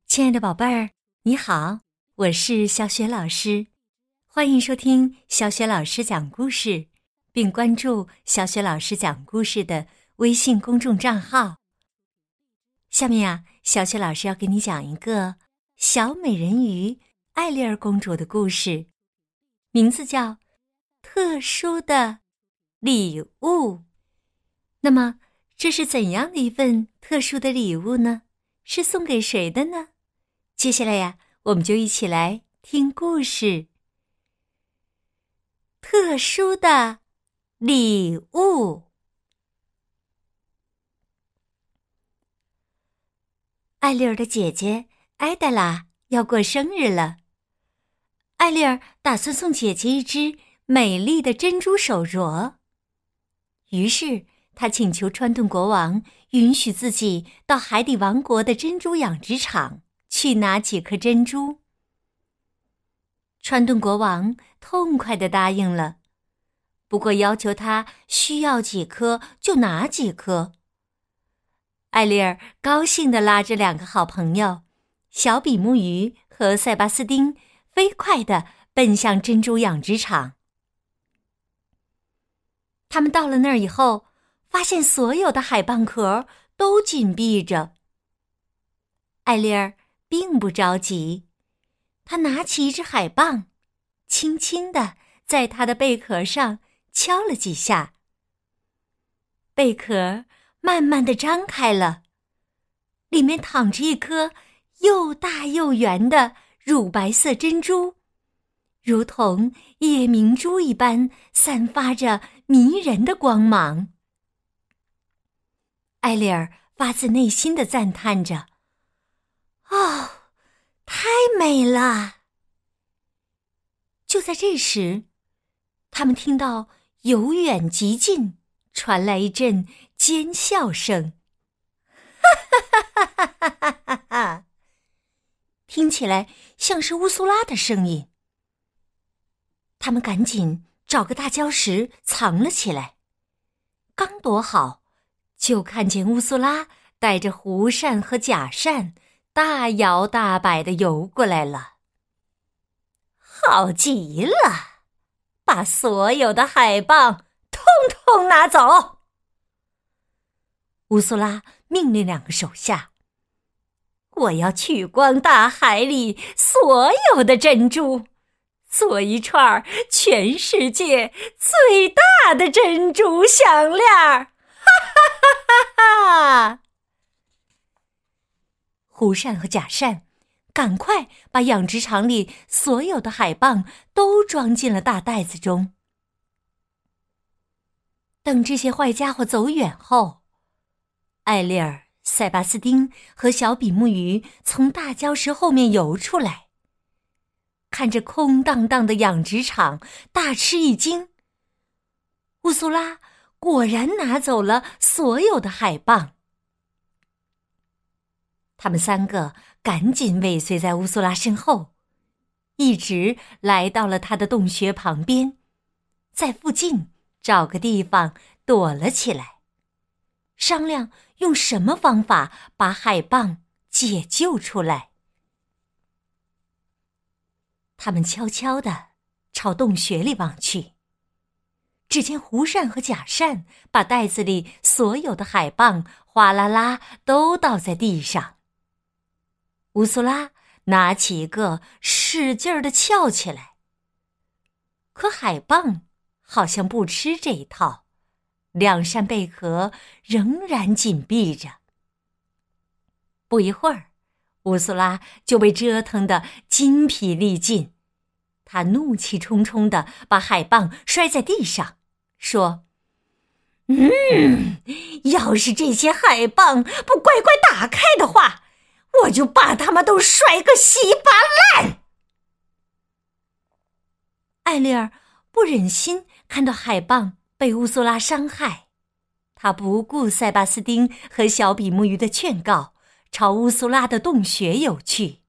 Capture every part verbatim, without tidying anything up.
亲爱的宝贝儿，你好，我是小雪老师，欢迎收听小雪老师讲故事，并关注小雪老师讲故事的微信公众账号。下面啊，小雪老师要给你讲一个小美人鱼艾丽儿公主的故事，名字叫《特殊的礼物》。那么，这是怎样的一份特殊的礼物呢？是送给谁的呢？接下来呀，我们就一起来听故事。特殊的礼物。艾丽儿的姐姐艾黛拉要过生日了，艾丽儿打算送姐姐一只美丽的珍珠手镯。于是她请求川顿国王允许自己到海底王国的珍珠养殖场去拿几颗珍珠。川顿国王痛快地答应了，不过要求他需要几颗就拿几颗。艾丽儿高兴地拉着两个好朋友小比目鱼和塞巴斯丁，飞快地奔向珍珠养殖场。他们到了那儿以后，发现所有的海蚌壳都紧闭着。艾丽儿并不着急，她拿起一只海蚌，轻轻地在它的贝壳上敲了几下。贝壳慢慢地张开了，里面躺着一颗又大又圆的乳白色珍珠，如同夜明珠一般散发着迷人的光芒。艾丽儿发自内心地赞叹着：哦，太美了！就在这时，他们听到由远及近传来一阵尖笑声，哈哈哈哈哈哈哈！听起来像是乌苏拉的声音。他们赶紧找个大礁石藏了起来，刚躲好，就看见乌苏拉带着弧扇和假扇大摇大摆地游过来了。好极了，把所有的海蚌通通拿走！乌苏拉命令两个手下：我要取光大海里所有的珍珠，做一串全世界最大的珍珠项链！哈哈哈哈哈！弧扇和假扇赶快把养殖场里所有的海蚌都装进了大袋子中。等这些坏家伙走远后，艾丽儿、塞巴斯丁和小比目鱼从大礁石后面游出来，看着空荡荡的养殖场，大吃一惊。乌苏拉果然拿走了所有的海蚌。他们三个赶紧尾随在乌苏拉身后，一直来到了他的洞穴旁边，在附近找个地方躲了起来，商量用什么方法把海蚌解救出来。他们悄悄地朝洞穴里望去，只见弧扇和假扇把袋子里所有的海蚌哗啦啦都倒在地上。乌苏拉拿起一个使劲儿地撬起来，可海蚌好像不吃这一套，两扇贝壳仍然紧闭着。不一会儿，乌苏拉就被折腾得筋疲力尽，他怒气冲冲地把海蚌摔在地上，说：嗯，要是这些海蚌不乖乖打开的话，我就把他们都摔个稀巴烂！艾丽儿不忍心看到海蚌被乌苏拉伤害，她不顾塞巴斯丁和小比目鱼的劝告，朝乌苏拉的洞穴游去。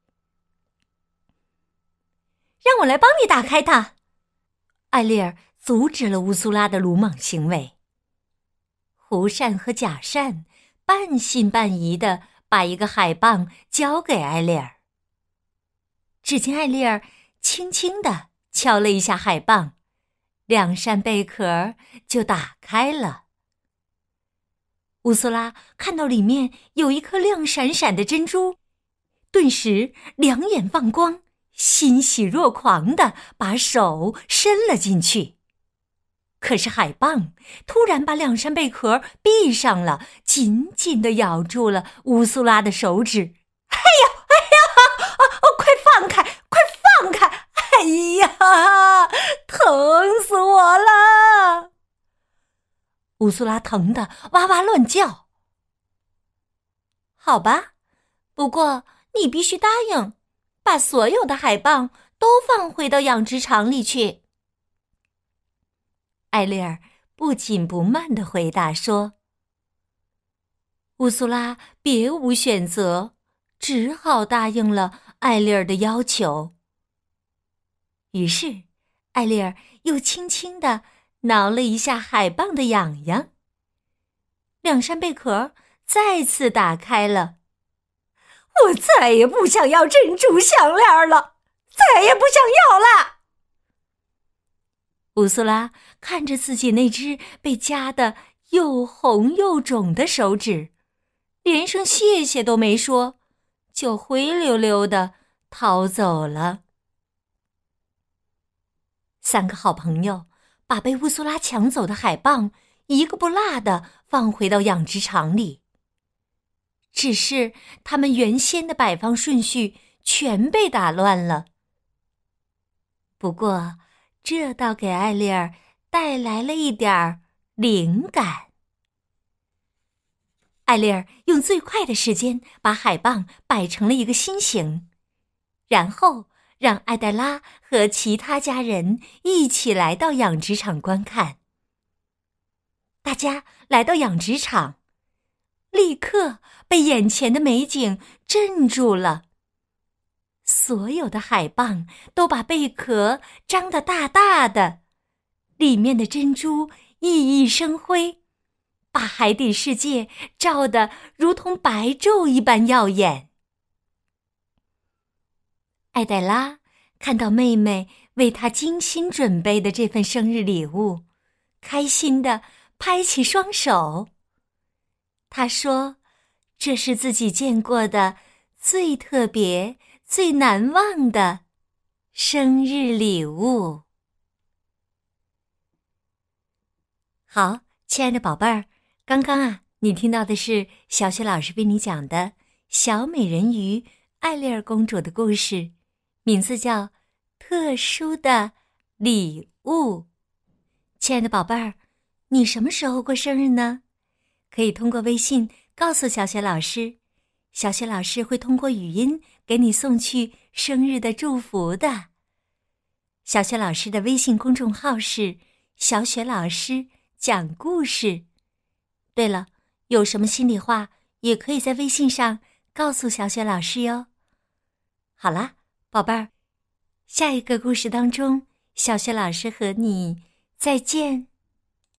让我来帮你打开它！艾丽儿阻止了乌苏拉的鲁莽行为。弧扇和假扇半信半疑地把一个海蚌交给艾丽儿。只见艾丽儿轻轻地敲了一下海蚌，两扇贝壳就打开了。乌苏拉看到里面有一颗亮闪闪的珍珠，顿时两眼放光，欣喜若狂地把手伸了进去。可是海蚌突然把两扇贝壳闭上了，紧紧地咬住了乌苏拉的手指。哎呀哎呀、啊哦、快放开快放开，哎呀，疼死我了！乌苏拉疼得哇哇乱叫。好吧，不过你必须答应，把所有的海蚌都放回到养殖场里去。艾丽儿不紧不慢地回答说。乌苏拉别无选择，只好答应了艾丽儿的要求。于是艾丽儿又轻轻地挠了一下海蚌的痒痒，两扇贝壳再次打开了。我再也不想要珍珠项链了，再也不想要了。乌苏拉看着自己那只被夹得又红又肿的手指，连声谢谢都没说，就灰溜溜地逃走了。三个好朋友把被乌苏拉抢走的海蚌一个不落地放回到养殖场里，只是他们原先的摆放顺序全被打乱了。不过这倒给艾丽儿带来了一点儿灵感。艾丽儿用最快的时间把海蚌摆成了一个心形，然后让艾黛拉和其他家人一起来到养殖场观看。大家来到养殖场，立刻被眼前的美景镇住了。所有的海蚌都把贝壳张得大大的，里面的珍珠熠熠生辉，把海底世界照得如同白昼一般耀眼。艾黛拉看到妹妹为她精心准备的这份生日礼物，开心地拍起双手。她说，这是自己见过的最特别、最难忘的生日礼物。好，亲爱的宝贝儿，刚刚啊，你听到的是小雪老师为你讲的小美人鱼艾丽儿公主的故事，名字叫《特殊的礼物》。亲爱的宝贝儿，你什么时候过生日呢？可以通过微信告诉小雪老师，小雪老师会通过语音给你送去生日的祝福的。小雪老师的微信公众号是小雪老师讲故事。对了，有什么心里话也可以在微信上告诉小雪老师哟。好啦，宝贝儿，下一个故事当中，小雪老师和你再见。